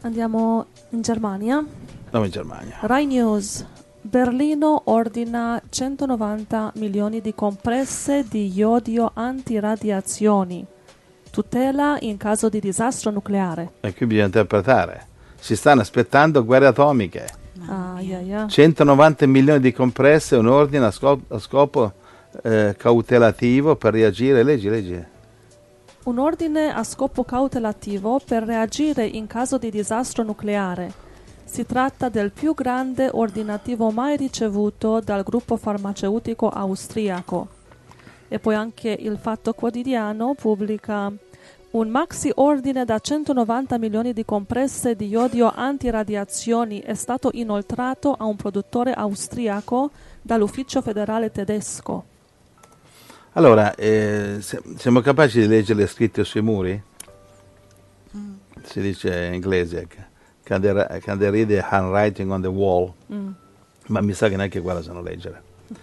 Andiamo in Germania. Andiamo in Germania. Rai News. Berlino ordina 190 milioni di compresse di iodio antiradiazioni. Tutela in caso di disastro nucleare. E qui bisogna interpretare. Si stanno aspettando guerre atomiche. 190 milioni di compresse, un ordine a scopo cautelativo per reagire. Leggi. Un ordine a scopo cautelativo per reagire in caso di disastro nucleare. Si tratta del più grande ordinativo mai ricevuto dal gruppo farmaceutico austriaco. E poi anche il Fatto Quotidiano pubblica un maxi ordine da 190 milioni di compresse di iodio antiradiazioni è stato inoltrato a un produttore austriaco dall'ufficio federale tedesco. Allora, siamo capaci di leggere le scritte sui muri? Si dice in inglese, can they read the handwriting on the wall? Ma mi sa che neanche quella sanno leggere.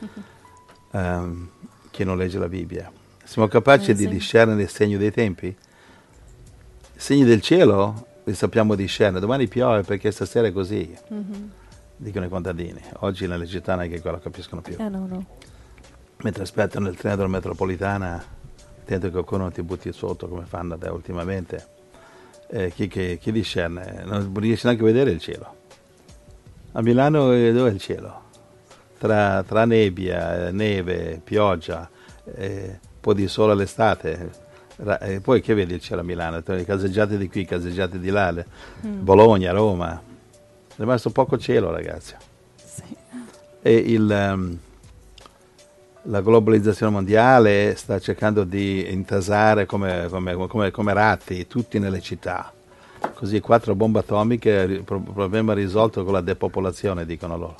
Chi non legge la Bibbia. Siamo capaci di discernere il segno dei tempi? I segni del cielo li sappiamo discernere. Domani piove perché stasera è così, dicono i contadini. Oggi nelle città neanche quello capiscono più. No. Mentre aspettano il treno della metropolitana, attento che qualcuno non ti butti sotto come fanno ultimamente. Chi discerne? Non riesce neanche a vedere il cielo. A Milano dove è il cielo? Tra nebbia, neve, pioggia, un po' di sole all'estate. Poi che vedi il cielo a Milano? Caseggiate di qui, caseggiate di là, Bologna, Roma. È rimasto poco cielo, ragazzi. Sì. E la globalizzazione mondiale sta cercando di intasare come ratti tutti nelle città. Così 4 bombe atomiche, problema risolto con la depopolazione, dicono loro.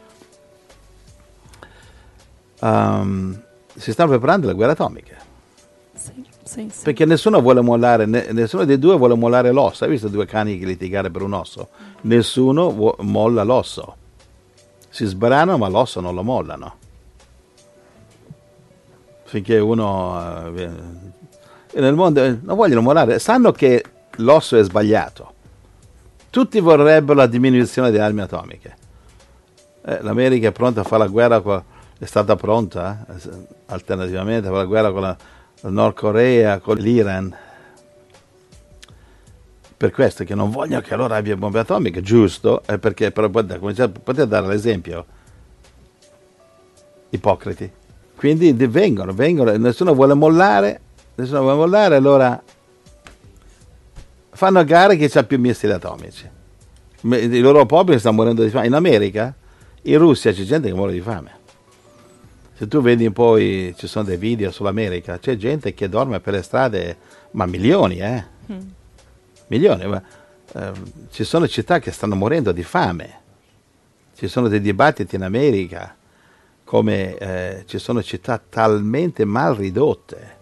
Si stanno preparando le guerre atomiche. Sì. Perché nessuno vuole mollare, nessuno dei due vuole mollare l'osso. Hai visto 2 cani che litigare per un osso? Nessuno molla l'osso. Si sbranano ma l'osso non lo mollano. Finché uno nel mondo non vogliono mollare, sanno che l'osso è sbagliato. Tutti vorrebbero la diminuzione delle armi atomiche. L'America è pronta a fare la guerra, è stata pronta alternativamente a fare la guerra con la Nord Corea, con l'Iran. Per questo che non vogliono che loro abbiano bombe atomiche, giusto? Perché però potete dare l'esempio. Ipocriti. Quindi vengono, nessuno vuole mollare, allora fanno gare chi ha più missili atomici. I loro popoli stanno morendo di fame. In America, in Russia c'è gente che muore di fame. Se tu vedi poi, ci sono dei video sull'America, c'è gente che dorme per le strade, ma milioni, milioni. Ci sono città che stanno morendo di fame. Ci sono dei dibattiti in America come ci sono città talmente mal ridotte.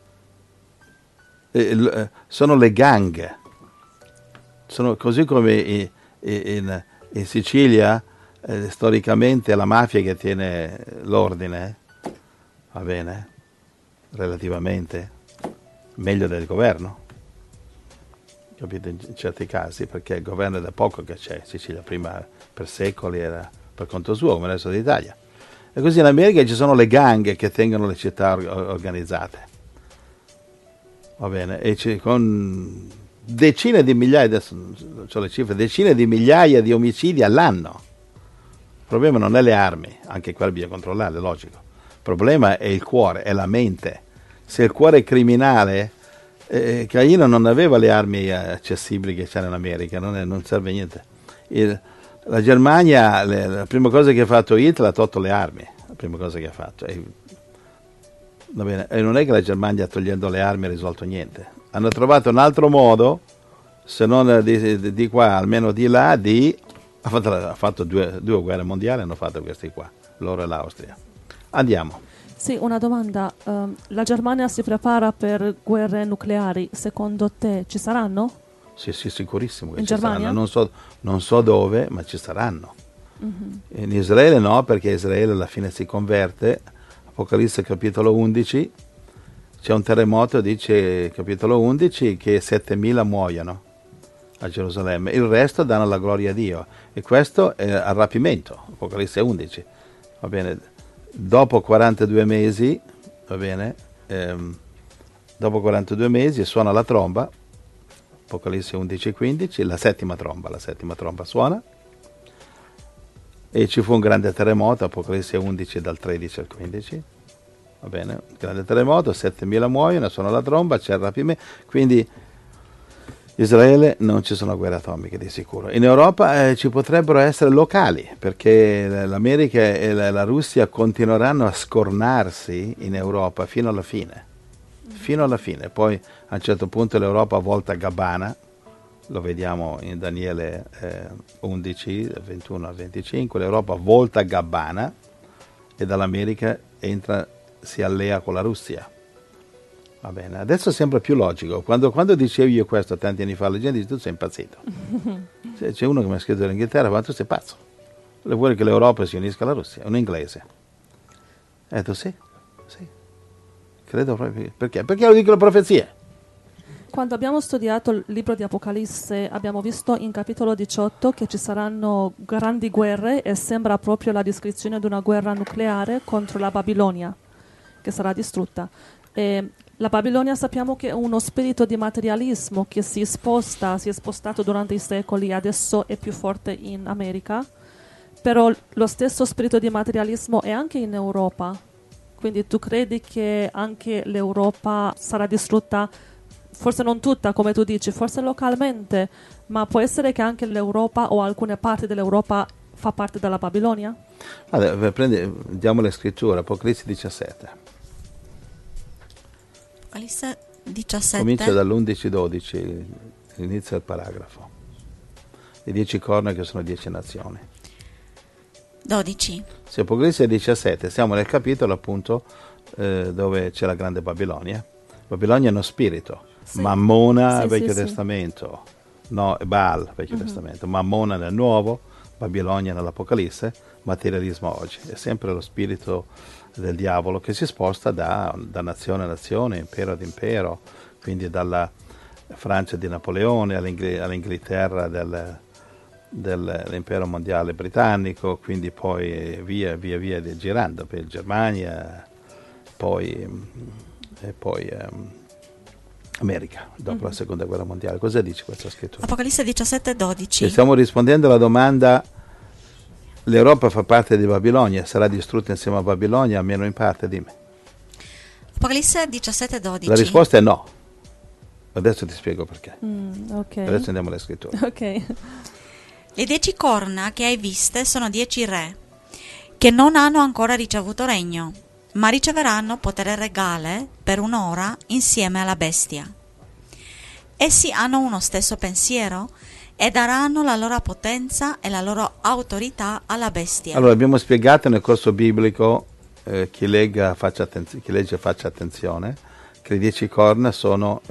Sono le gang. Sono così come in Sicilia storicamente è la mafia che tiene l'ordine, va bene? Relativamente meglio del governo, capite, in certi casi, perché il governo è da poco che c'è. Sicilia prima per secoli era per conto suo come il resto d'Italia. E così in America ci sono le gang che tengono le città organizzate, va bene, e con decine di migliaia, adesso non ho le cifre, decine di migliaia di omicidi all'anno. Il problema non è le armi, anche quelle bisogna controllare, logico. Il problema è il cuore, è la mente. Se il cuore è criminale, Caino non aveva le armi accessibili che c'era in America, non serve a niente. La Germania, la prima cosa che ha fatto Hitler ha tolto le armi, la prima cosa che ha fatto. Va bene. E non è che la Germania togliendo le armi ha risolto niente. Hanno trovato un altro modo, se non di qua, almeno di là, ha fatto due guerre mondiali, hanno fatto questi qua, loro e l'Austria. Andiamo. Sì, una domanda. La Germania si prepara per guerre nucleari, secondo te ci saranno? Sì, sicurissimo che in ci Germania? saranno. Non so dove, ma ci saranno. In Israele no, perché Israele alla fine si converte. Apocalisse capitolo 11, c'è un terremoto, dice capitolo 11, che 7.000 muoiono. a Gerusalemme, il resto danno la gloria a Dio, e questo è al rapimento, Apocalisse 11, va bene, dopo 42 mesi, va bene, dopo 42 mesi suona la tromba, Apocalisse 11:15, la settima tromba suona, e ci fu un grande terremoto, Apocalisse 11 dal 13 al 15, va bene, grande terremoto, 7.000 muoiono, suona la tromba, c'è il rapimento, quindi Israele non ci sono guerre atomiche di sicuro. In Europa ci potrebbero essere locali, perché l'America e la Russia continueranno a scornarsi in Europa fino alla fine. Poi a un certo punto l'Europa volta Gabbana, lo vediamo in Daniele 11, 21 al 25, l'Europa volta Gabbana e dall'America si allea con la Russia. Va bene, adesso sembra più logico. Quando dicevo io questo tanti anni fa, la gente dice tu sei impazzito. C'è uno che mi ha scritto dall'Inghilterra, ma tu sei pazzo. Vuole che l'Europa si unisca alla Russia, è un inglese. Ho detto sì, credo proprio. Perché? Perché lo dicono le profezie. Quando abbiamo studiato il libro di Apocalisse abbiamo visto in capitolo 18 che ci saranno grandi guerre e sembra proprio la descrizione di una guerra nucleare contro la Babilonia che sarà distrutta. E la Babilonia sappiamo che è uno spirito di materialismo che si è spostato durante i secoli, adesso è più forte in America, però lo stesso spirito di materialismo è anche in Europa. Quindi tu credi che anche l'Europa sarà distrutta? Forse non tutta, come tu dici, forse localmente, ma può essere che anche l'Europa o alcune parti dell'Europa fa parte della Babilonia? Diamo le scritture, Apocalisse 17. Apocalisse 17. Comincia dall'11-12, inizia il paragrafo. Le 10 corna che sono 10 nazioni. 12. Sì, Apocalisse 17, siamo nel capitolo appunto dove c'è la grande Babilonia. Babilonia è uno spirito. Sì. Mammona, Vecchio Testamento, no, Baal, Vecchio Testamento, Mammona nel Nuovo, Babilonia nell'Apocalisse, materialismo oggi. È sempre lo spirito del diavolo che si sposta da nazione a nazione, impero ad impero, quindi dalla Francia di Napoleone all'Inghilterra dell'impero mondiale britannico, quindi poi via girando per Germania, poi America, dopo la seconda guerra mondiale. Cosa dice questa scrittura? Apocalisse 17, 12. E stiamo rispondendo alla domanda: l'Europa fa parte di Babilonia, sarà distrutta insieme a Babilonia, almeno in parte? Dimmi. Apocalisse 17, 12. La risposta è no. Adesso ti spiego perché. Okay. Adesso andiamo alle scritture. Ok. Le 10 corna che hai viste sono 10 re, che non hanno ancora ricevuto regno, ma riceveranno potere regale per un'ora insieme alla bestia. Essi hanno uno stesso pensiero e daranno la loro potenza e la loro autorità alla bestia. Allora, abbiamo spiegato nel corso biblico, chi legge faccia attenzione, che le 10 corna sono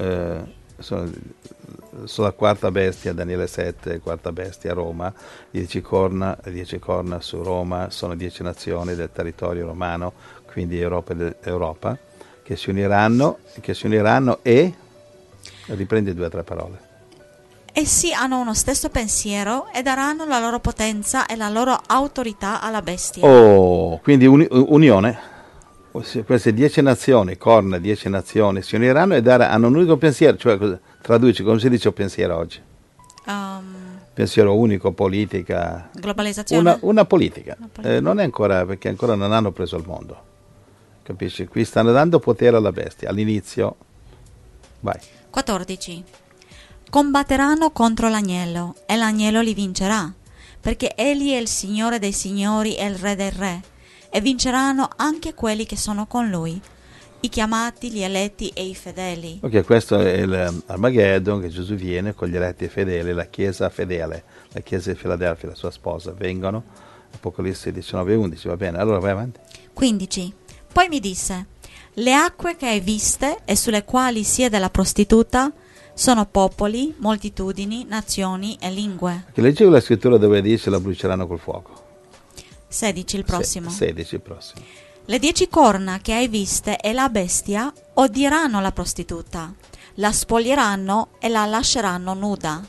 la quarta bestia, Daniele 7, quarta bestia, Roma. 10 corna su Roma sono 10 nazioni del territorio romano, quindi Europa, che si uniranno e riprendi 2 o 3 parole. Essi hanno uno stesso pensiero e daranno la loro potenza e la loro autorità alla bestia. Quindi unione. Queste 10 nazioni, corna, 10 nazioni, si uniranno e hanno un unico pensiero, cioè traduci, come si dice pensiero oggi? Pensiero unico, politica. Globalizzazione? Una politica. Non è ancora, perché ancora non hanno preso il mondo. Capisci? Qui stanno dando potere alla bestia. All'inizio, vai. 14. Combatteranno contro l'agnello e l'agnello li vincerà, perché egli è il Signore dei signori e il Re dei re, e vinceranno anche quelli che sono con lui, i chiamati, gli eletti e i fedeli. Ok, questo è l'Armageddon, che Gesù viene con gli eletti e fedeli, la Chiesa fedele, la Chiesa di Filadelfia, la sua sposa, vengono, Apocalisse 19:11, va bene, allora vai avanti. 15. Poi mi disse: le acque che hai viste e sulle quali siede la prostituta sono popoli, moltitudini, nazioni e lingue. Che leggevo la scrittura dove dice la bruceranno col fuoco. 16 il prossimo. 16 il prossimo. Le 10 corna che hai viste e la bestia odieranno la prostituta, la spoglieranno e la lasceranno nuda.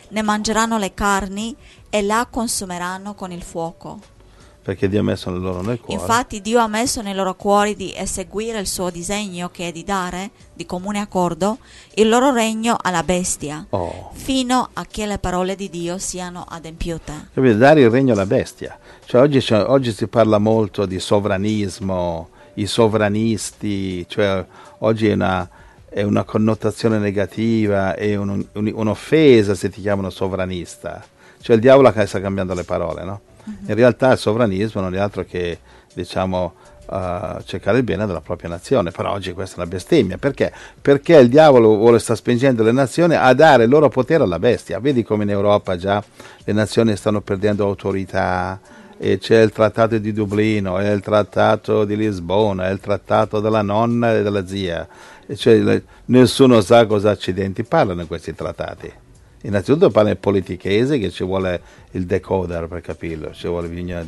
ne mangeranno le carni e la consumeranno con il fuoco. Perché Dio ha messo nel loro nel cuore. Infatti Dio ha messo nei loro cuori di eseguire il suo disegno, che è di dare, di comune accordo, il loro regno alla bestia, fino a che le parole di Dio siano adempiute. Capite? Dare il regno alla bestia. Cioè, oggi si parla molto di sovranismo, i sovranisti, cioè oggi è una connotazione negativa, è un'offesa se ti chiamano sovranista. Cioè il diavolo sta cambiando le parole, no? In realtà il sovranismo non è altro che, diciamo, cercare il bene della propria nazione. Però oggi questa è una bestemmia. Perché? Perché il diavolo sta spingendo le nazioni a dare il loro potere alla bestia. Vedi come in Europa già le nazioni stanno perdendo autorità, e c'è il trattato di Dublino, è il trattato di Lisbona, è il trattato della nonna e della zia. E cioè, nessuno sa cosa accidenti parlano in questi trattati. Innanzitutto parla il politichese, che ci vuole il decoder per capirlo, ci vuole bisogna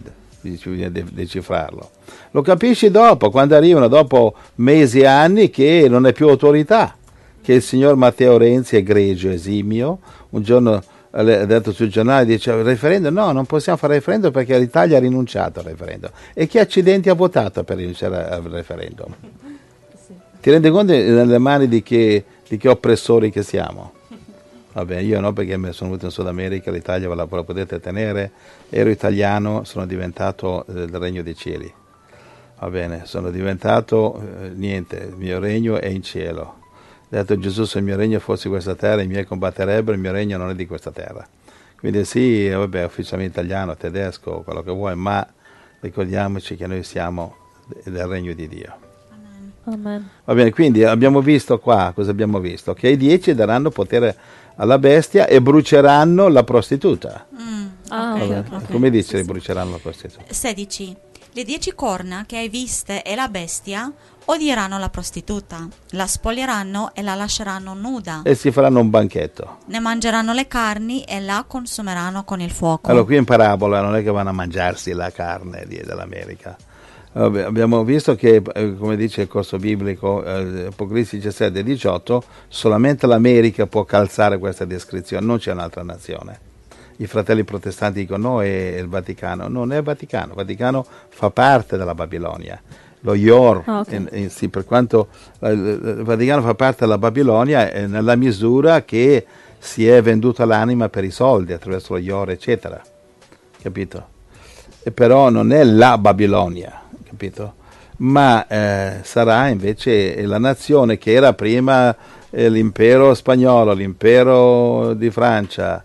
decifrarlo. Lo capisci dopo, quando arrivano dopo mesi e anni che non è più autorità, che il signor Matteo Renzi, egregio, esimio, un giorno ha detto sul giornale, dice il referendum, no, non possiamo fare referendum perché l'Italia ha rinunciato al referendum. E che accidenti ha votato per rinunciare al referendum? Ti rendi conto nelle mani di che oppressori che siamo? Vabbè, io no, perché mi sono venuto in Sud America, l'Italia ve la potete tenere, ero italiano, sono diventato del regno dei cieli. Va bene, sono diventato niente, il mio regno è in cielo. Ha detto Gesù, se il mio regno fosse questa terra, i miei combatterebbero, il mio regno non è di questa terra. Quindi sì, vabbè, ufficialmente italiano, tedesco, quello che vuoi, ma ricordiamoci che noi siamo del regno di Dio. Amen. Va bene, quindi abbiamo visto qua, cosa abbiamo visto? Che i 10 daranno potere alla bestia e bruceranno la prostituta. Okay. Come dice che bruceranno la prostituta? 16. Le 10 corna che hai viste e la bestia odieranno la prostituta, la spoglieranno e la lasceranno nuda. E si faranno un banchetto. Ne mangeranno le carni e la consumeranno con il fuoco. Allora, qui in parabola non è che vanno a mangiarsi la carne dell'America. Vabbè, abbiamo visto che, come dice il corso biblico, Apocalisse 17 e 18, solamente l'America può calzare questa descrizione, non c'è un'altra nazione. I fratelli protestanti dicono no, è il Vaticano. Non è il Vaticano fa parte della Babilonia. Lo Ior, sì, per quanto il Vaticano fa parte della Babilonia, nella misura che si è venduta l'anima per i soldi attraverso lo Ior, eccetera. Capito? E però non è la Babilonia, capito? Ma sarà invece la nazione che era prima l'impero spagnolo, l'impero di Francia,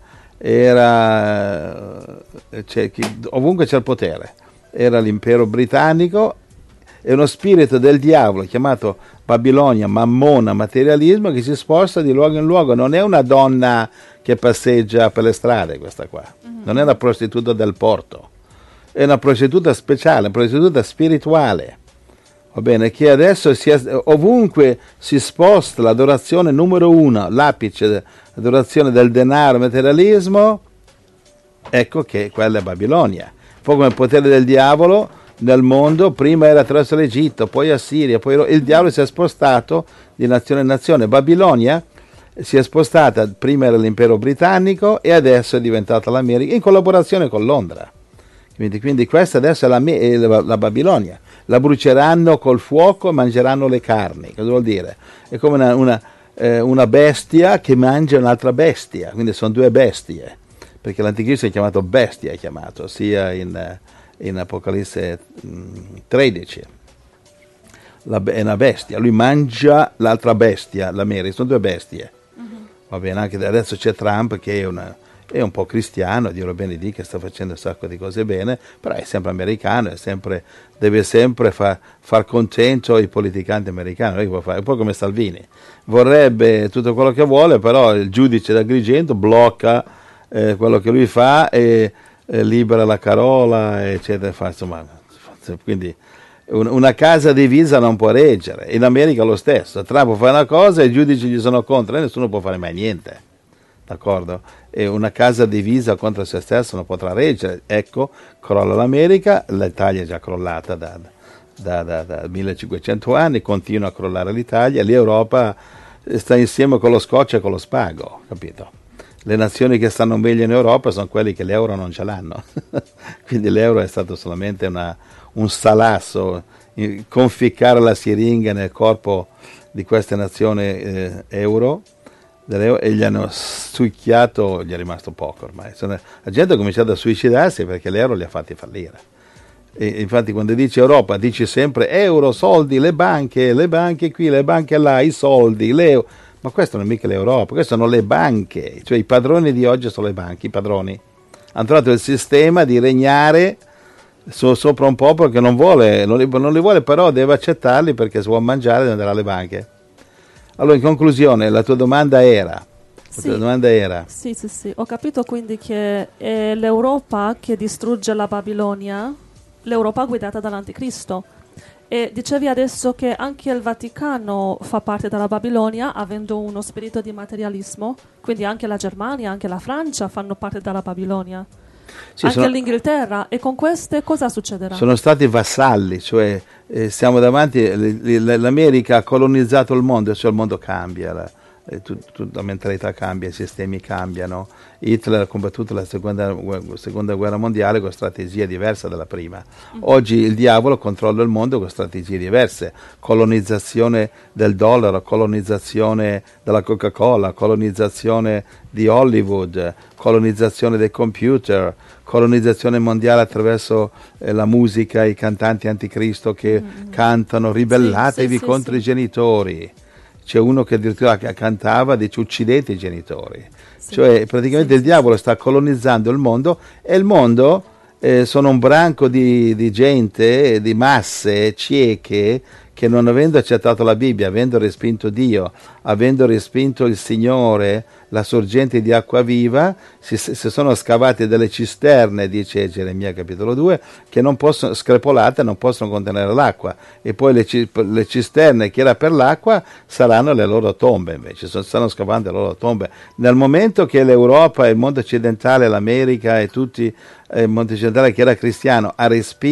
ovunque c'è il potere, era l'impero britannico, è uno spirito del diavolo chiamato Babilonia, mammona, materialismo, che si sposta di luogo in luogo. Non è una donna che passeggia per le strade, questa qua, non è una prostituta del porto, è una prostituta speciale, una prostituta spirituale. Va bene, che adesso ovunque si sposta l'adorazione numero uno, l'apice, l'adorazione del denaro, materialismo, ecco che quella è Babilonia. Poi come il potere del diavolo nel mondo, prima era attraverso l'Egitto, poi Assiria, poi il diavolo si è spostato di nazione in nazione. Babilonia si è spostata, prima era l'impero britannico e adesso è diventata l'America, in collaborazione con Londra. Quindi questa adesso è la Babilonia. La bruceranno col fuoco e mangeranno le carni. Cosa vuol dire? È come una bestia che mangia un'altra bestia, quindi sono due bestie, perché l'anticristo è chiamato bestia, è chiamato sia in Apocalisse 13. È una bestia, lui mangia l'altra bestia, l'America, sono due bestie. Va bene, anche adesso c'è Trump che è un po' cristiano, Dio lo benedica, sta facendo un sacco di cose bene, però è sempre americano, deve sempre far contento i politicanti americani, un po' come Salvini. Vorrebbe tutto quello che vuole, però il giudice d'Agrigento blocca quello che lui fa e libera la Carola, eccetera. Quindi una casa divisa non può reggere. In America lo stesso, Trump fa una cosa e i giudici gli sono contro e nessuno può fare mai niente. D'accordo? E una casa divisa contro se stessa non potrà reggere. Ecco, crolla l'America, l'Italia è già crollata da 1500 anni, continua a crollare l'Italia, l'Europa sta insieme con lo scotch e con lo spago, capito? le nazioni che stanno meglio in Europa sono quelli che l'euro non ce l'hanno. Quindi l'euro è stato solamente un salasso, conficcare la siringa nel corpo di queste nazioni euro, e gli hanno succhiato, gli è rimasto poco ormai. La gente ha cominciato a suicidarsi perché l'euro li ha fatti fallire. E infatti quando dici Europa dici sempre euro, soldi, le banche qui, le banche là, i soldi, l'euro. Ma questo non è mica l'Europa, queste sono le banche, cioè i padroni di oggi sono le banche, i padroni. Hanno trovato il sistema di regnare sopra un popolo che non li vuole, però deve accettarli perché se vuole mangiare deve andare alle banche. Allora, in conclusione, la tua domanda era... Sì, ho capito quindi che è l'Europa che distrugge la Babilonia, l'Europa guidata dall'Anticristo. E dicevi adesso che anche il Vaticano fa parte della Babilonia, avendo uno spirito di materialismo, quindi anche la Germania, anche la Francia fanno parte della Babilonia. Sì, anche l'Inghilterra, e con queste cosa succederà? Sono stati vassalli, cioè siamo davanti, l'America ha colonizzato il mondo, cioè il mondo cambia, la mentalità cambia, i sistemi cambiano. Hitler ha combattuto la seconda guerra mondiale con strategie diverse dalla prima. Oggi il diavolo controlla il mondo con strategie diverse, colonizzazione del dollaro, colonizzazione della Coca-Cola, colonizzazione di Hollywood, colonizzazione dei computer, colonizzazione mondiale attraverso la musica, i cantanti anticristo che cantano ribellatevi contro i genitori. C'è uno che addirittura cantava, dice uccidete i genitori. Cioè praticamente il diavolo sta colonizzando il mondo, e il mondo sono un branco di gente, di masse cieche, che non avendo accettato la Bibbia, avendo respinto Dio, avendo respinto il Signore, la sorgente di acqua viva, si sono scavate delle cisterne, dice Geremia capitolo 2, che non possono, screpolate, non possono contenere l'acqua, e poi le cisterne che era per l'acqua saranno le loro tombe, invece stanno scavando le loro tombe. Nel momento che l'Europa, il mondo occidentale, l'America e tutti il mondo occidentale che era cristiano ha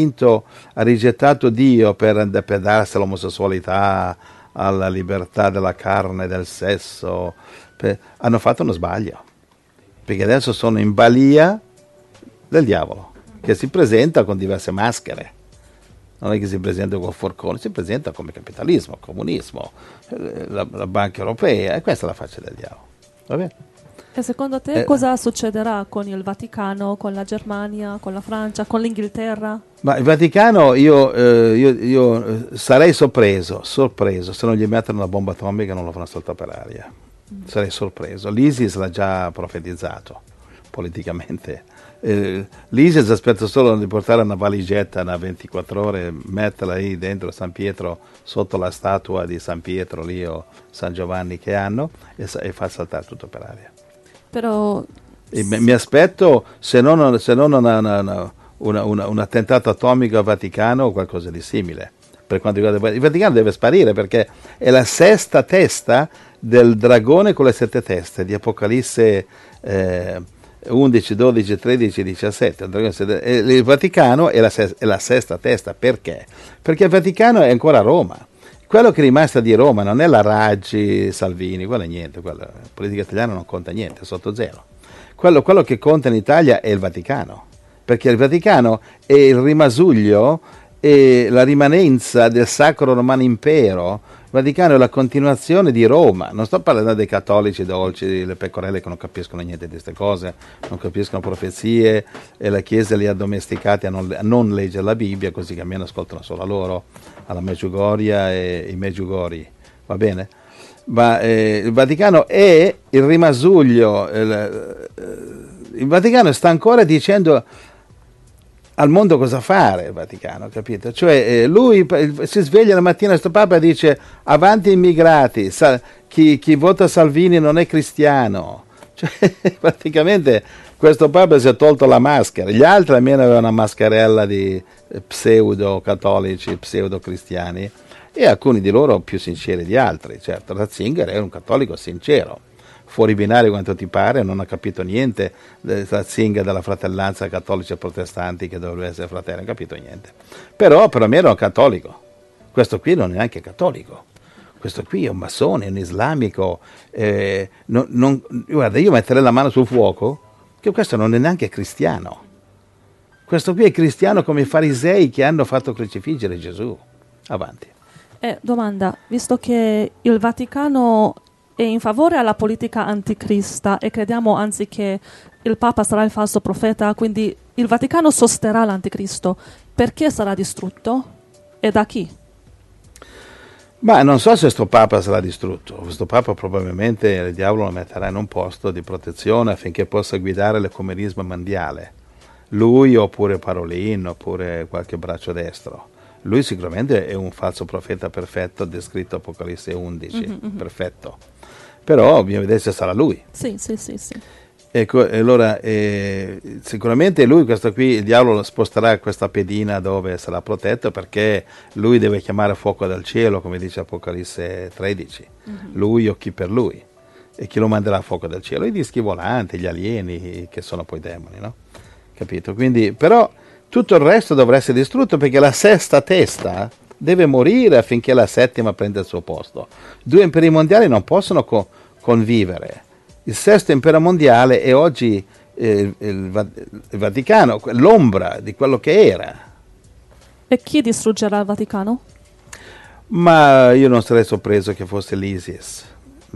rigettato Dio per darsi all'omosessualità, alla libertà della carne, del sesso, hanno fatto uno sbaglio, perché adesso sono in balia del diavolo, che si presenta con diverse maschere. Non è che si presenta con forconi, si presenta come capitalismo, comunismo, la Banca Europea, e questa è la faccia del diavolo. Va bene? E secondo te cosa succederà con il Vaticano, con la Germania, con la Francia, con l'Inghilterra? Ma il Vaticano, io sarei sorpreso se non gli mettono una bomba atomica e non lo fanno saltare per aria. Sarei sorpreso. L'ISIS l'ha già profetizzato politicamente. L'ISIS aspetta solo di portare una valigetta da 24 ore, metterla lì dentro San Pietro, sotto la statua di San Pietro lì, o San Giovanni che hanno, e fa saltare tutto per aria. Però mi aspetto, se non un attentato atomico al Vaticano o qualcosa di simile. Per quanto riguarda il Vaticano, deve sparire, perché è la sesta testa del dragone con le 7 teste di Apocalisse 11, 12, 13, 17. Il Vaticano è la sesta testa. Perché? Perché il Vaticano è ancora Roma. Quello che è rimasto di Roma non è la Raggi, Salvini, quello è niente, la politica italiana non conta niente, è sotto zero. Quello che conta in Italia è il Vaticano, perché il Vaticano è il rimasuglio e la rimanenza del Sacro Romano Impero. Il Vaticano è la continuazione di Roma. Non sto parlando dei cattolici dolci, le pecorelle che non capiscono niente di queste cose, non capiscono profezie, e la Chiesa li ha addomesticati a non leggere la Bibbia, così che almeno ascoltano solo a loro, alla Meggiugoria e i Meggiugori, va bene? Ma il Vaticano è il rimasuglio. Il Vaticano sta ancora dicendo al mondo cosa fare, il Vaticano, capito? Cioè lui si sveglia la mattina, questo Papa dice avanti immigrati, chi vota Salvini non è cristiano. Cioè, praticamente questo Papa si è tolto la maschera, gli altri almeno avevano una mascherella di pseudo cattolici, pseudo cristiani, e alcuni di loro più sinceri di altri. Certo, Ratzinger è un cattolico sincero, fuori binario quanto ti pare, non ha capito niente Ratzinger della fratellanza cattolici e protestanti che dovrebbero essere fratelli, non ha capito niente. Però per me era un cattolico. Questo qui non è neanche cattolico. questo qui è un massone, è un islamico, guarda, io metterei la mano sul fuoco, che questo non è neanche cristiano. Questo qui è cristiano come i farisei che hanno fatto crocifiggere Gesù. Avanti. Domanda, visto che il Vaticano è in favore alla politica anticrista e crediamo anzi che il Papa sarà il falso profeta, quindi il Vaticano sosterrà l'anticristo, perché sarà distrutto? E da chi? Ma non so se questo Papa sarà distrutto. Questo Papa probabilmente il diavolo lo metterà in un posto di protezione affinché possa guidare l'ecumenismo mondiale. Lui oppure Parolin oppure qualche braccio destro. Lui sicuramente è un falso profeta perfetto, descritto Apocalisse 11, perfetto. Però bisogna vedere se sarà lui. Sì. Ecco, allora sicuramente lui, questo qui, il diavolo sposterà questa pedina dove sarà protetto, perché lui deve chiamare fuoco dal cielo, come dice Apocalisse 13. Lui o chi per lui. E chi lo manderà a fuoco dal cielo? I dischi volanti, gli alieni, che sono poi demoni, no? Capito? Quindi, però tutto il resto dovrà essere distrutto, perché la sesta testa deve morire affinché la settima prenda il suo posto. Due imperi mondiali non possono convivere. Il sesto impero mondiale è oggi il Vaticano, l'ombra di quello che era. E chi distruggerà il Vaticano? Ma io non sarei sorpreso che fosse l'ISIS.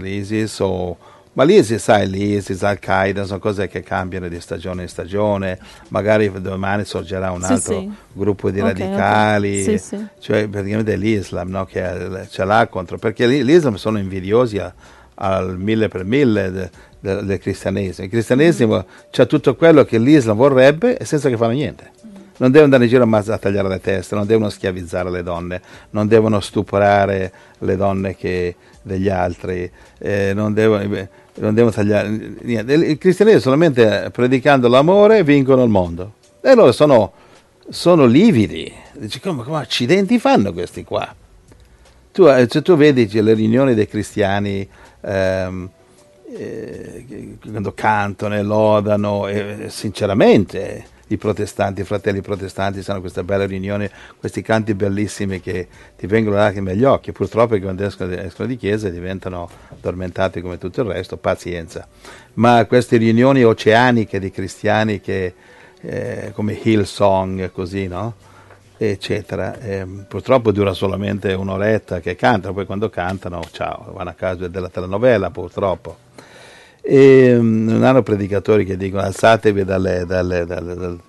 Ma l'ISIS, sai, l'ISIS, Al-Qaeda, sono cose che cambiano di stagione in stagione. Magari domani sorgerà un altro gruppo di radicali, Sì. Cioè praticamente l'Islam, no, che ce l'ha contro, perché l'Islam sono invidiosi al 1000 per 1000 del cristianesimo. Il cristianesimo c'ha tutto quello che l'Islam vorrebbe e senza che fanno niente. Non devono andare in giro a tagliare le teste, non devono schiavizzare le donne, non devono stuprare le donne degli altri, non devono tagliare niente. Il cristianesimo solamente predicando l'amore vincono il mondo. E loro sono lividi. Dici, come accidenti fanno questi qua? Tu vedi le riunioni dei cristiani quando cantano e lodano, sinceramente i fratelli protestanti hanno queste belle riunioni, questi canti bellissimi che ti vengono lacrime agli occhi. Purtroppo quando escono di chiesa diventano addormentati come tutto il resto, pazienza. Ma queste riunioni oceaniche di cristiani che come Hillsong, così, no? Eccetera, purtroppo dura solamente un'oretta che cantano, poi quando cantano ciao, vanno a casa della telenovela, purtroppo. E non hanno predicatori che dicono alzatevi dai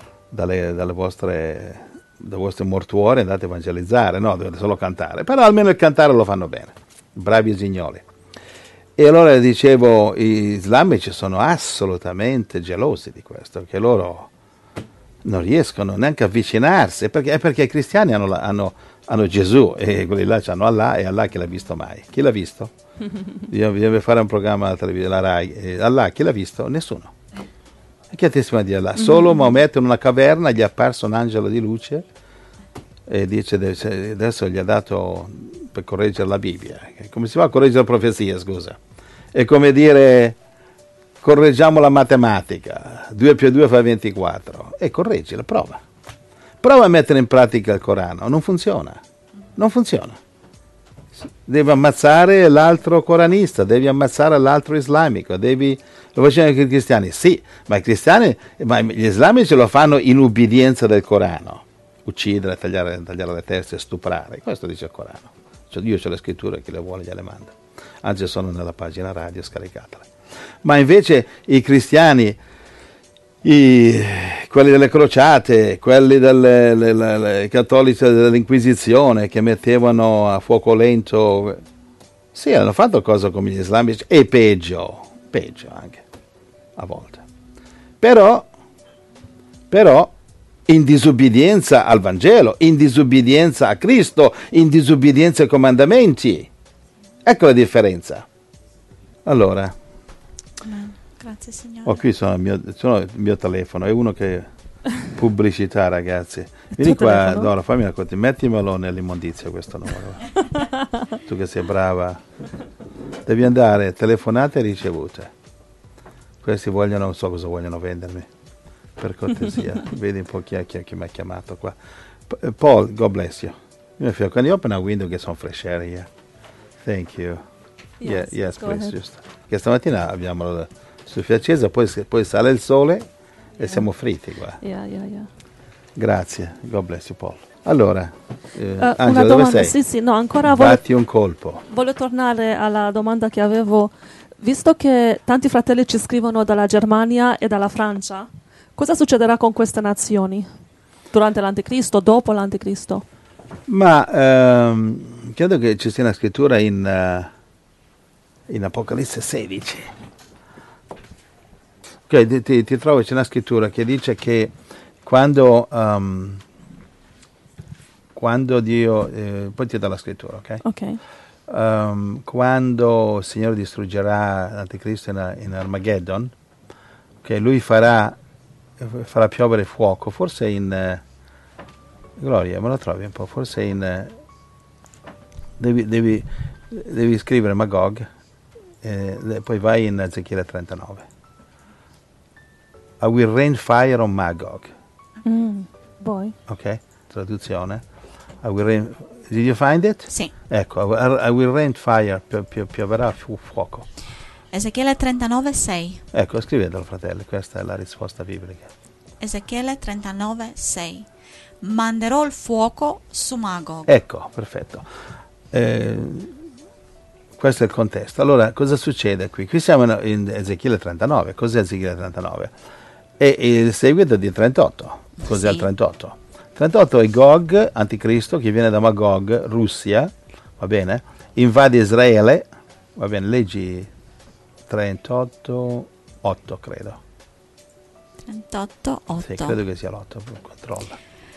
vostri mortuori e andate a evangelizzare, no, dovete solo cantare, però almeno il cantare lo fanno bene, bravi signori. E allora dicevo, gli islamici sono assolutamente gelosi di questo, che loro non riescono neanche a avvicinarsi, perché i cristiani hanno Gesù e quelli là hanno Allah, e Allah chi l'ha visto mai? Chi l'ha visto? Deve fare un programma alla televisione, la Rai, Allah chi l'ha visto? Nessuno. E che testimone di Allah? Solo Maometto in una caverna gli è apparso un angelo di luce e dice adesso gli ha dato per correggere la Bibbia. Come si fa a correggere la profezia, scusa? È come dire correggiamo la matematica, 2 più 2 fa 24, e correggila, prova a mettere in pratica il Corano, non funziona, devi ammazzare l'altro coranista, devi ammazzare l'altro islamico, lo facevano anche i cristiani, sì, ma gli islamici lo fanno in ubbidienza del Corano, uccidere, tagliare le teste, stuprare, questo dice il Corano. Io ho le scritture, chi le vuole gliele manda, anzi sono nella pagina radio, scaricatele. Ma invece i cristiani, quelli delle crociate, quelli dei cattolici dell'Inquisizione che mettevano a fuoco lento, sì, hanno fatto cose come gli islamici e peggio anche a volte. Però in disubbidienza al Vangelo, in disubbidienza a Cristo, in disubbidienza ai comandamenti. Ecco la differenza. Allora, grazie Signore. qui sono il mio telefono, è uno che pubblicità, ragazzi. Vieni qua, telefono? Dora, fammi una cosa, mettimelo nell'immondizia questo numero. Tu che sei brava. Devi andare, telefonate e ricevute. Questi non so cosa vogliono vendermi. Per cortesia, vedi un po' chi mi ha chiamato qua. Paul, God bless you. Can you open a window and get some fresh air here? Thank you. Yes, go please, ahead. giusto. Che stamattina abbiamo la stufa accesa, poi sale il sole e siamo fritti qua. Yeah. Grazie, God bless you Paul. Allora, Una Angela, dove domanda, sei? sì, no, ancora voglio Batti un colpo. tornare alla domanda che avevo. Visto che tanti fratelli ci scrivono dalla Germania e dalla Francia, cosa succederà con queste nazioni? Durante l'Anticristo, dopo l'Anticristo? Ma credo che ci sia una scrittura in Apocalisse 16. Ok, ti trovo, c'è una scrittura che dice che quando Dio, poi ti do la scrittura, ok? Ok. Quando il Signore distruggerà l'Anticristo in Armageddon, che lui farà piovere fuoco, forse in Gloria, me lo trovi un po', forse in devi scrivere Magog, poi vai in Ezechiele 39. I will rain fire on Magog. Poi? Ok, traduzione. I will rain, did you find it? Sì. Ecco, I will rain fire, pioverà fuoco. Ezechiele 39:6. Ecco, scrivetelo fratelli, questa è la risposta biblica. Ezechiele 39:6. Manderò il fuoco su Magog. Ecco, perfetto. Questo è il contesto. Allora, cosa succede qui? Qui siamo in Ezechiele 39. Cos'è Ezechiele 39? È il seguito di 38. Cos'è il 38? 38 è Gog, anticristo, che viene da Magog, Russia, va bene? Invade Israele, va bene, leggi 38:8 credo. 38:8. Sì, credo che sia l'8, controlla.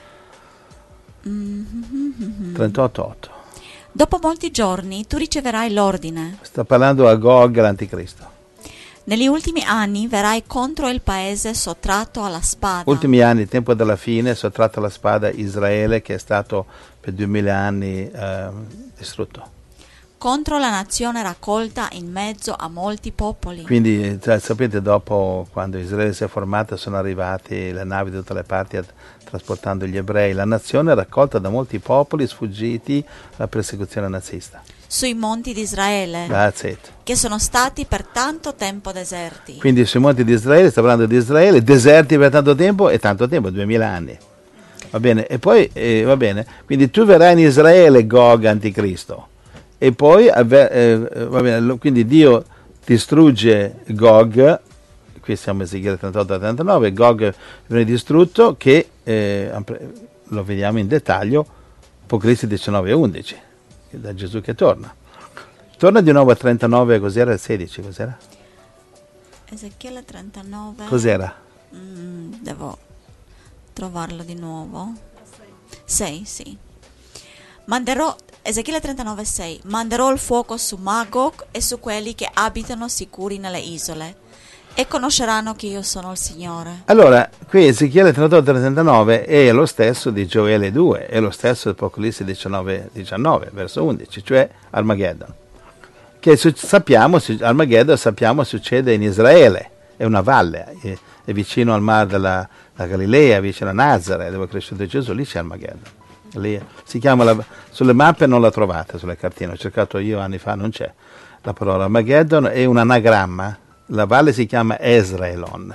38:8. Dopo molti giorni tu riceverai l'ordine. Sta parlando a Gog, l'anticristo. Negli ultimi anni verrai contro il paese sottratto alla spada. Ultimi anni, tempo della fine, sottratto alla spada Israele, che è stato per 2000 anni distrutto. Contro la nazione raccolta in mezzo a molti popoli. Quindi sapete, dopo, quando Israele si è formata, sono arrivati le navi da tutte le parti trasportando gli ebrei. La nazione è raccolta da molti popoli sfuggiti alla persecuzione nazista. Sui monti di Israele, That's it. che sono stati per tanto tempo deserti. Quindi sui monti di Israele, sta parlando di Israele, deserti per tanto tempo, 2000 anni. Va bene? E poi, va bene, quindi tu verrai in Israele, Gog, anticristo. E poi, va bene, quindi Dio distrugge Gog, qui siamo a Ezechiele 38-39, Gog viene distrutto, che lo vediamo in dettaglio, Apocalisse 19-11, da Gesù che torna. Torna di nuovo a 39, cos'era il 16, cos'era? Ezechiele 39. Cos'era? Devo trovarlo di nuovo. 6, sì. Manderò, Ezechiele 39:6, manderò il fuoco su Magog e su quelli che abitano sicuri nelle isole e conosceranno che io sono il Signore. Allora, qui Ezechiele 38-39 è lo stesso di Gioele 2, è lo stesso di Apocalisse 19, verso 11, cioè Armageddon. Che Armageddon sappiamo succede in Israele, è una valle, è vicino al mar della Galilea, vicino a Nazareth, dove è cresciuto Gesù, lì c'è Armageddon. Lì si chiama, sulle mappe non la trovate, sulle cartine, ho cercato io anni fa, non c'è la parola. Armageddon è un anagramma, la valle si chiama Esraelon.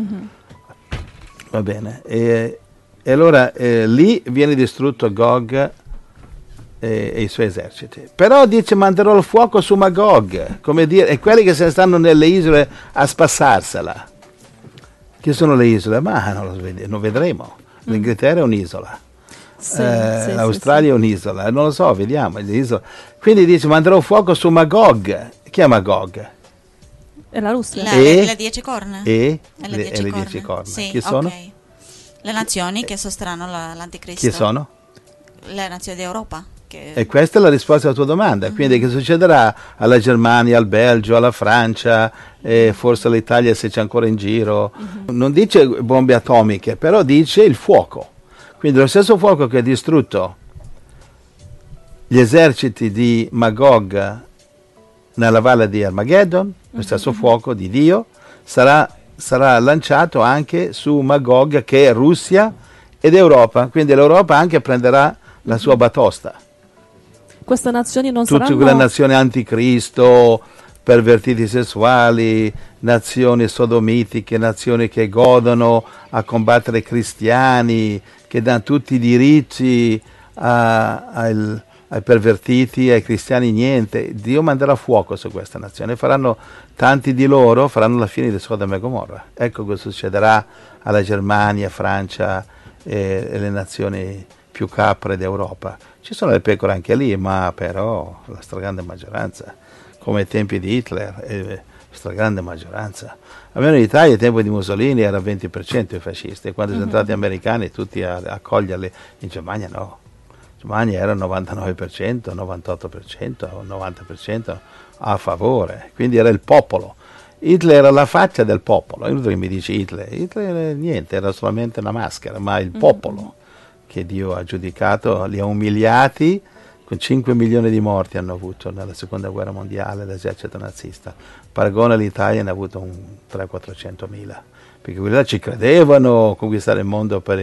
Va bene, e allora lì viene distrutto Gog e i suoi eserciti. Però dice manderò il fuoco su Magog, come dire, e quelli che se ne stanno nelle isole a spassarsela. Che sono le isole? Ma non vedremo. L'Inghilterra è un'isola. L'Australia è un'isola, non lo so, vediamo. Quindi dice manderò fuoco su Magog. Chi è Magog? È la Russia. Le 10 corna? Le 10 corna. Sì, Chi sono? okay. Le nazioni che sosterranno l'anticristo. Chi sono? Le nazioni d'Europa. E questa è la risposta alla tua domanda. Quindi che succederà alla Germania, al Belgio, alla Francia, forse all'Italia se c'è ancora in giro. Non dice bombe atomiche, però dice il fuoco. Quindi lo stesso fuoco che ha distrutto gli eserciti di Magog nella valle di Armageddon, lo stesso fuoco di Dio, sarà lanciato anche su Magog, che è Russia ed Europa. Quindi l'Europa anche prenderà la sua batosta. queste nazioni non tutte saranno... quelle nazioni anticristo, pervertiti sessuali, nazioni sodomitiche, nazioni che godono a combattere i cristiani, che danno tutti i diritti ai pervertiti, ai cristiani niente. Dio manderà fuoco su queste nazioni, tanti di loro faranno la fine di Sodoma e Gomorra. Ecco cosa succederà alla Germania, Francia e le nazioni più capre d'Europa. Ci sono le pecore anche lì, ma però la stragrande maggioranza, come ai tempi di Hitler, stragrande maggioranza. Almeno in Italia, ai tempi di Mussolini, era 20% i fascisti, e quando sono entrati gli americani tutti a accoglierli. In Germania no. In Germania era 99%, 98%, 90% a favore, quindi era il popolo. Hitler era la faccia del popolo. È inutile che mi dici Hitler niente, era solamente una maschera, ma il popolo che Dio ha giudicato, li ha umiliati, con 5 milioni di morti hanno avuto nella seconda guerra mondiale l'esercito nazista. Paragone all'Italia ne ha avuto un 300-400 mila, perché quelli là ci credevano conquistare il mondo per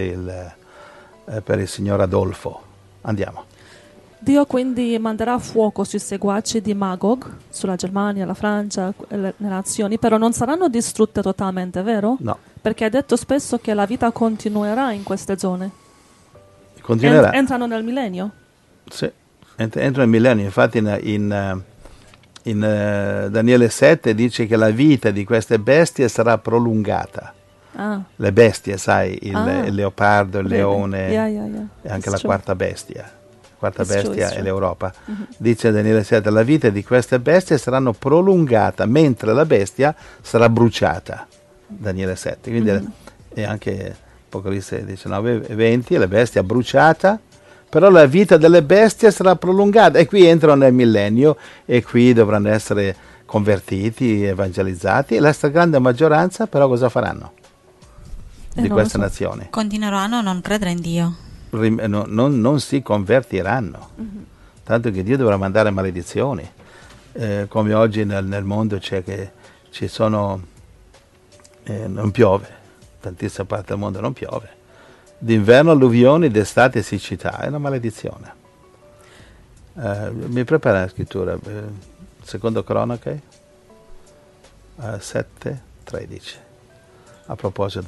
il signor Adolfo. Andiamo. Dio quindi manderà fuoco sui seguaci di Magog, sulla Germania, la Francia, le nazioni, però non saranno distrutte totalmente, vero? No. Perché ha detto spesso che la vita continuerà in queste zone. Continuerà. Entrano nel millennio? Sì, entrano nel millennio. Infatti in Daniele 7 dice che la vita di queste bestie sarà prolungata. Le bestie, sai, il leopardo, il leone, e anche la quarta bestia. È l'Europa. Dice Daniele 7, la vita di queste bestie saranno prolungata mentre la bestia sarà bruciata. Daniele 7, quindi e anche Apocalisse 19 e 20, la bestia bruciata, però la vita delle bestie sarà prolungata, e qui entrano nel millennio, e qui dovranno essere convertiti, evangelizzati, e la stragrande maggioranza però cosa faranno di queste nazioni? Continueranno a non credere in Dio. Non si convertiranno, tanto che Dio dovrà mandare maledizioni, come oggi nel mondo c'è che ci sono non piove, tantissima parte del mondo non piove, d'inverno alluvioni, d'estate siccità, è una maledizione. Mi prepara la scrittura, secondo Cronache 7:13, a proposito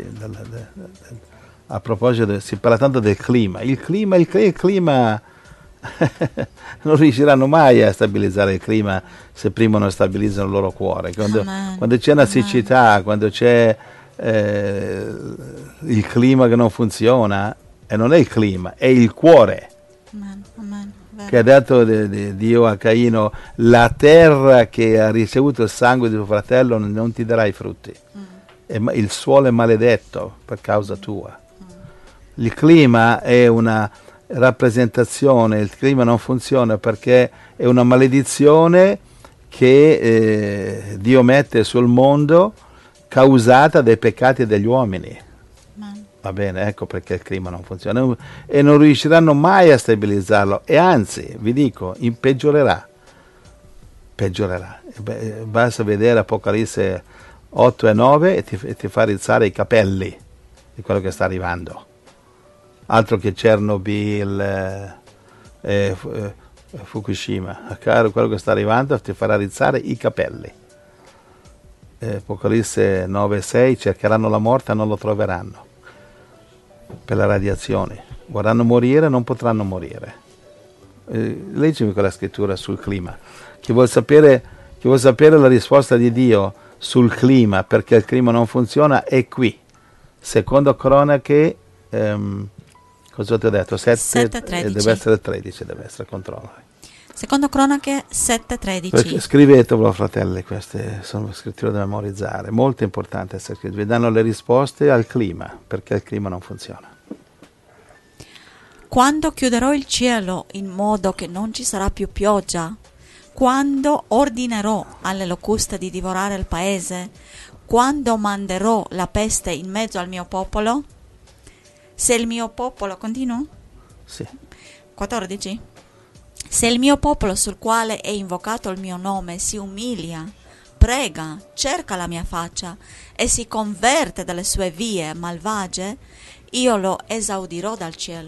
si parla tanto del clima. Il clima non riusciranno mai a stabilizzare il clima se prima non stabilizzano il loro cuore. Quando c'è una siccità, quando c'è il clima che non funziona, e non è il clima, è il cuore. Che ha dato Dio a Caino: la terra che ha ricevuto il sangue di tuo fratello non ti darà i frutti, il suolo è maledetto per causa tua. Il clima è una rappresentazione, il clima non funziona perché è una maledizione che Dio mette sul mondo, causata dai peccati degli uomini. Va bene, ecco perché il clima non funziona, e non riusciranno mai a stabilizzarlo, e anzi, vi dico, peggiorerà. Basta vedere Apocalisse 8 e 9 e ti fa rizzare i capelli di quello che sta arrivando. Altro che Chernobyl, Fukushima, caro, quello che sta arrivando ti farà rizzare i capelli. Apocalisse 9 e 6, cercheranno la morte e non lo troveranno per la radiazione, vorranno morire, non potranno morire. Leggimi quella scrittura sul clima. Chi vuol sapere la risposta di Dio sul clima, perché il clima non funziona, è qui. Secondo Cronache, cosa ti ho detto? 7:13. Deve essere 13, deve essere controllo. Secondo Cronache 7:13. Scrivetevelo, fratelli, queste sono scritture da memorizzare, molto importante essere scritte. Vi danno le risposte al clima, perché il clima non funziona. Quando chiuderò il cielo in modo che non ci sarà più pioggia, quando ordinerò alle locuste di divorare il paese, quando manderò la peste in mezzo al mio popolo, se il mio popolo, continuo? Sì. 14. Se il mio popolo sul quale è invocato il mio nome si umilia, prega, cerca la mia faccia e si converte dalle sue vie malvagie, io lo esaudirò dal cielo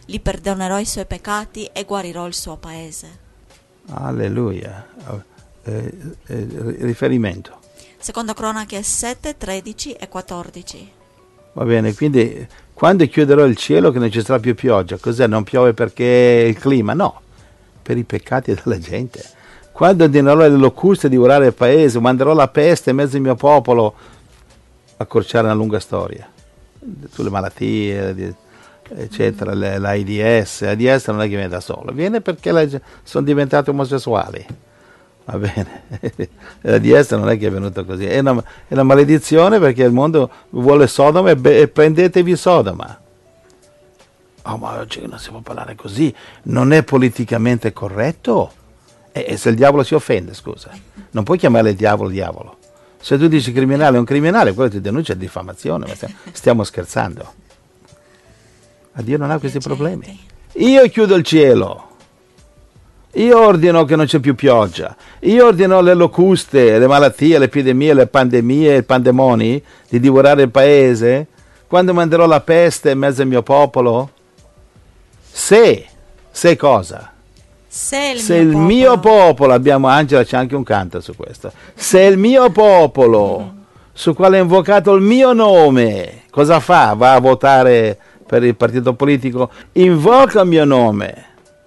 gli perdonerò i suoi peccati e guarirò il suo paese. Alleluia. Riferimento. Secondo Cronache 7, 13 e 14. Va bene, quindi quando chiuderò il cielo che non ci sarà più pioggia, cos'è? Non piove perché il clima? No, per i peccati della gente. Quando ordinerò le locuste di divorare il paese, manderò la peste in mezzo al mio popolo, accorciare una lunga storia sulle malattie, eccetera, l'AIDS. L'AIDS non è che viene da solo, viene perché sono diventati omosessuali. Va bene, l'AIDS non è che è venuto così, è una maledizione perché il mondo vuole Sodoma e prendetevi Sodoma. Oh, ma oggi non si può parlare così, non è politicamente corretto. E se il diavolo si offende, scusa, non puoi chiamare il diavolo. Se tu dici criminale è un criminale, quello ti denuncia diffamazione, ma stiamo scherzando. Ma Dio non ha questi problemi. Io chiudo il cielo, io ordino che non c'è più pioggia, io ordino le locuste, le malattie, le epidemie, le pandemie, i pandemoni di divorare il paese, quando manderò la peste in mezzo al mio popolo. Se cosa? Se il mio popolo, abbiamo Angela, c'è anche un canto su questo, se il mio popolo, su quale è invocato il mio nome, cosa fa? Va a votare per il partito politico, invoca il mio nome.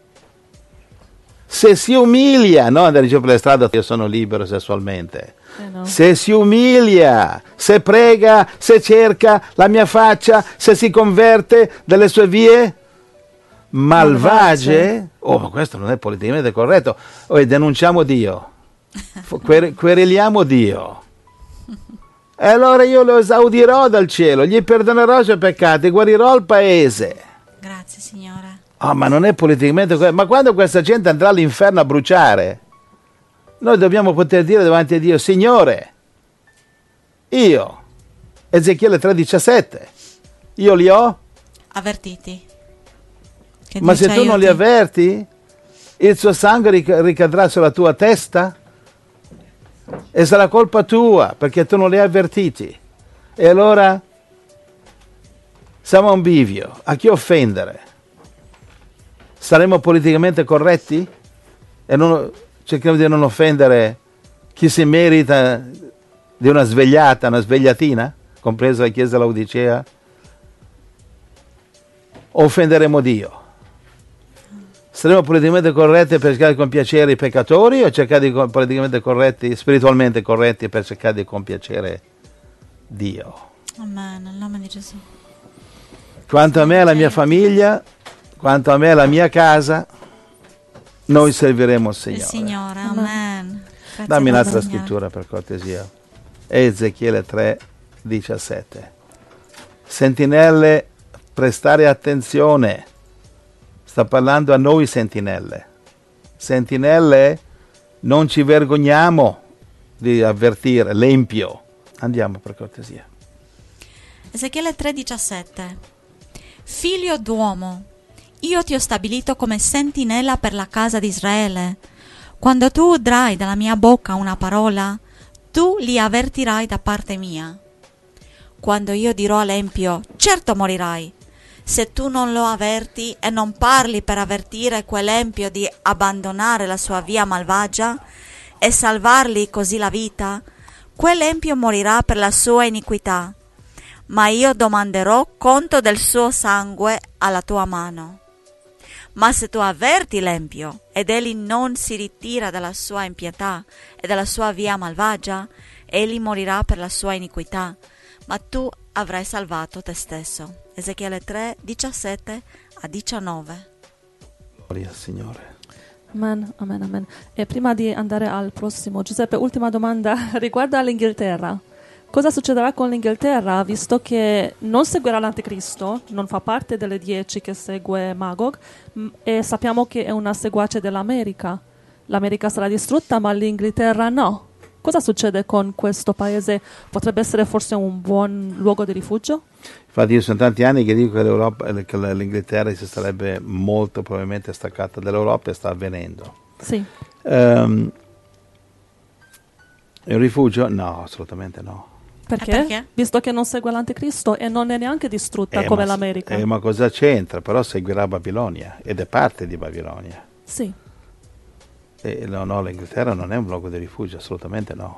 Se si umilia, no, andare in giro per le strade, io sono libero sessualmente. No. Se si umilia, se prega, se cerca la mia faccia, se si converte dalle sue vie malvagie, ma questo non è politicamente corretto. Denunciamo Dio, quereliamo Dio. E allora io lo esaudirò dal cielo, gli perdonerò i suoi peccati, guarirò il paese. Grazie, Signore. Ma non è politicamente corretto. Ma quando questa gente andrà all'inferno a bruciare, noi dobbiamo poter dire davanti a Dio: Signore, io, Ezechiele 3,17, io li ho avvertiti. Ma se tu non li avverti, il suo sangue ricadrà sulla tua testa e sarà colpa tua perché tu non li hai avvertiti. E allora siamo a un bivio. A chi offendere? Saremo politicamente corretti? E cerchiamo di non offendere chi si merita di una svegliata, una svegliatina, compresa la Chiesa Laodicea? O offenderemo Dio? Saremo politicamente corretti per cercare di compiacere i peccatori o cercare di politicamente corretti, spiritualmente corretti per cercare di compiacere Dio? Amen, nel nome di Gesù. Quanto a me e alla mia famiglia, quanto a me e alla mia casa, noi serviremo il Signore. Il Signore, amen. Dammi un'altra scrittura per cortesia. Ezechiele 3,17. Sentinelle, prestare attenzione. Sta parlando a noi sentinelle. Sentinelle, non ci vergogniamo di avvertire l'empio. Andiamo per cortesia. Ezechiele 3,17. Figlio d'uomo, io ti ho stabilito come sentinella per la casa di Israele. Quando tu udrai dalla mia bocca una parola, tu li avvertirai da parte mia. Quando io dirò all'empio, certo morirai, se tu non lo avverti e non parli per avvertire quell'empio di abbandonare la sua via malvagia e salvargli così la vita, quell'empio morirà per la sua iniquità, ma io domanderò conto del suo sangue alla tua mano. Ma se tu avverti l'empio ed egli non si ritira dalla sua impietà e dalla sua via malvagia, egli morirà per la sua iniquità, ma tu avrai salvato te stesso. Ezechiele 3, 17 a 19. Gloria al Signore. Amen, amen, amen. E prima di andare al prossimo, Giuseppe, ultima domanda riguarda l'Inghilterra. Cosa succederà con l'Inghilterra, visto che non seguirà l'Anticristo, non fa parte delle 10 che segue Magog, e sappiamo che è una seguace dell'America. L'America sarà distrutta, ma l'Inghilterra no. Cosa succede con questo paese? Potrebbe essere forse un buon luogo di rifugio? Infatti io sono tanti anni che dico che l'Inghilterra si sarebbe molto probabilmente staccata dall'Europa e sta avvenendo. Sì. È un rifugio? No, assolutamente no. Perché? Visto che non segue l'anticristo e non è neanche distrutta come l'America. Ma cosa c'entra? Però seguirà Babilonia ed è parte di Babilonia. Sì. E no, l'Inghilterra non è un luogo di rifugio, assolutamente no.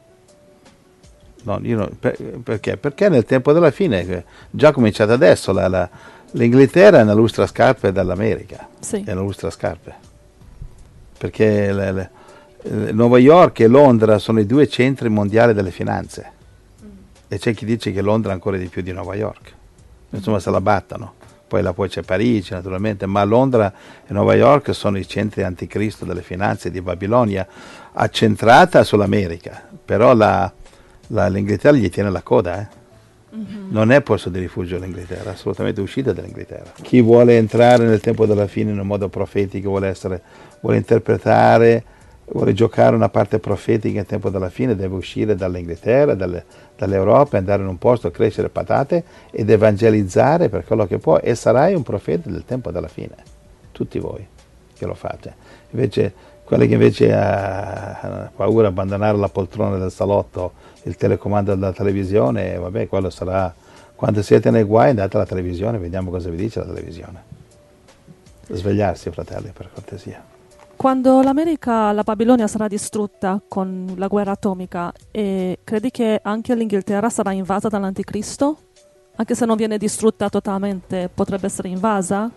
Perché? Perché nel tempo della fine, già cominciato adesso, l'Inghilterra è una lustrascarpe dell'America. Sì. È una lustrascarpe. Perché New York e Londra sono i due centri mondiali delle finanze. E c'è chi dice che Londra è ancora di più di New York. Insomma, se la battono. Poi c'è Parigi, naturalmente, ma Londra e New York sono i centri anticristo delle finanze di Babilonia, accentrata sull'America. Però l'Inghilterra gli tiene la coda, Non è posto di rifugio l'Inghilterra, assolutamente uscita dall'Inghilterra. Chi vuole entrare nel tempo della fine in un modo profetico, vuole interpretare, vuole giocare una parte profetica nel tempo della fine, deve uscire dall'Inghilterra, dall'Europa, andare in un posto a crescere patate ed evangelizzare per quello che può, e sarai un profeta del tempo della fine. Tutti voi che lo fate. Invece quelli che invece hanno paura di abbandonare la poltrona del salotto, il telecomando della televisione, vabbè, quello sarà, quando siete nei guai andate alla televisione, vediamo cosa vi dice la televisione. Svegliarsi, fratelli, per cortesia. Quando la Babilonia sarà distrutta con la guerra atomica, credi che anche l'Inghilterra sarà invasa dall'anticristo? Anche se non viene distrutta totalmente, potrebbe essere invasa?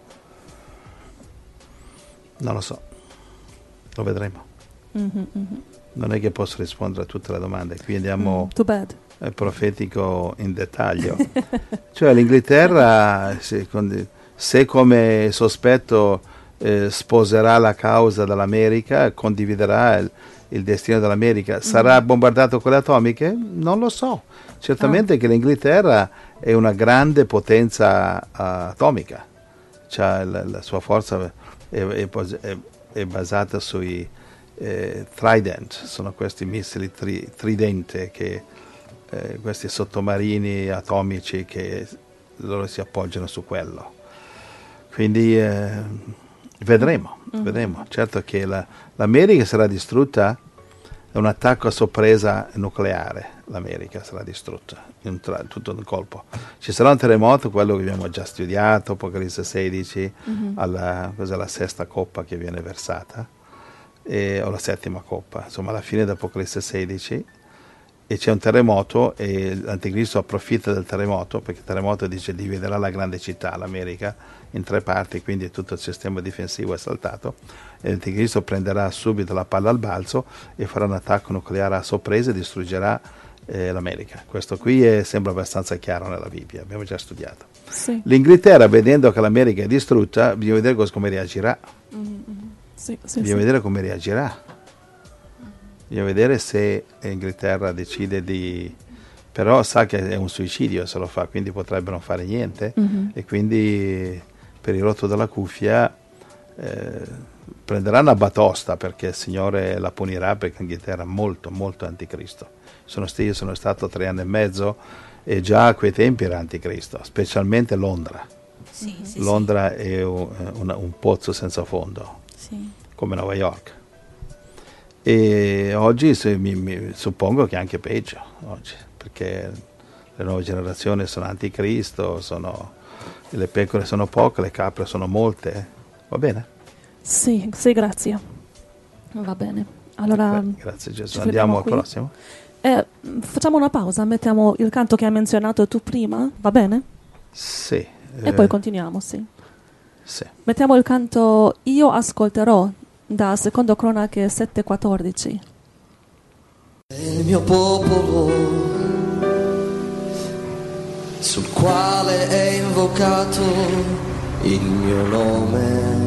Non lo so, lo vedremo. Non è che posso rispondere a tutte le domande, qui andiamo profetico in dettaglio. Cioè l'Inghilterra, se come sospetto sposerà la causa dell'America, condividerà il destino dell'America, sarà bombardato con le atomiche? Non lo so. Certamente che l'Inghilterra è una grande potenza atomica, cioè la sua forza è basata sui Trident, sono questi missili tridente, questi sottomarini atomici che loro si appoggiano su quello. Quindi vedremo. Certo che l'America sarà distrutta da un attacco a sorpresa nucleare. L'America sarà distrutta tutto un colpo. Ci sarà un terremoto, quello che abbiamo già studiato, Apocalisse 16, alla sesta coppa che viene versata, o la settima coppa, insomma alla fine dell'Apocalisse 16, e c'è un terremoto e l'Anticristo approfitta del terremoto, perché il terremoto dividerà la grande città, l'America, in 3 parti, quindi tutto il sistema difensivo è saltato, e l'Anticristo prenderà subito la palla al balzo e farà un attacco nucleare a sorpresa e distruggerà l'America. Questo qui sembra abbastanza chiaro nella Bibbia, abbiamo già studiato. Sì. L'Inghilterra, vedendo che l'America è distrutta, bisogna vedere come reagirà. Bisogna vedere come reagirà. Bisogna vedere se l'Inghilterra decide di... però sa che è un suicidio se lo fa, quindi potrebbe non fare niente, e quindi per il rotto della cuffia prenderà una batosta, perché il Signore la punirà, perché l'Inghilterra è molto molto anticristo. Io sono stato 3 anni e mezzo e già a quei tempi era anticristo, specialmente Londra. Londra è un pozzo senza fondo, come New York. E oggi suppongo che anche peggio, oggi, perché le nuove generazioni sono anticristo, le pecore sono poche, le capre sono molte. Va bene? Sì, grazie. Va bene. Allora, grazie Gesù. Andiamo al prossimo. Facciamo una pausa, mettiamo il canto che hai menzionato tu prima, va bene? Sì. E poi continuiamo, sì. Sì. Mettiamo il canto Io ascolterò, da Secondo Cronache 7:14. Il mio popolo, sul quale è invocato il mio nome,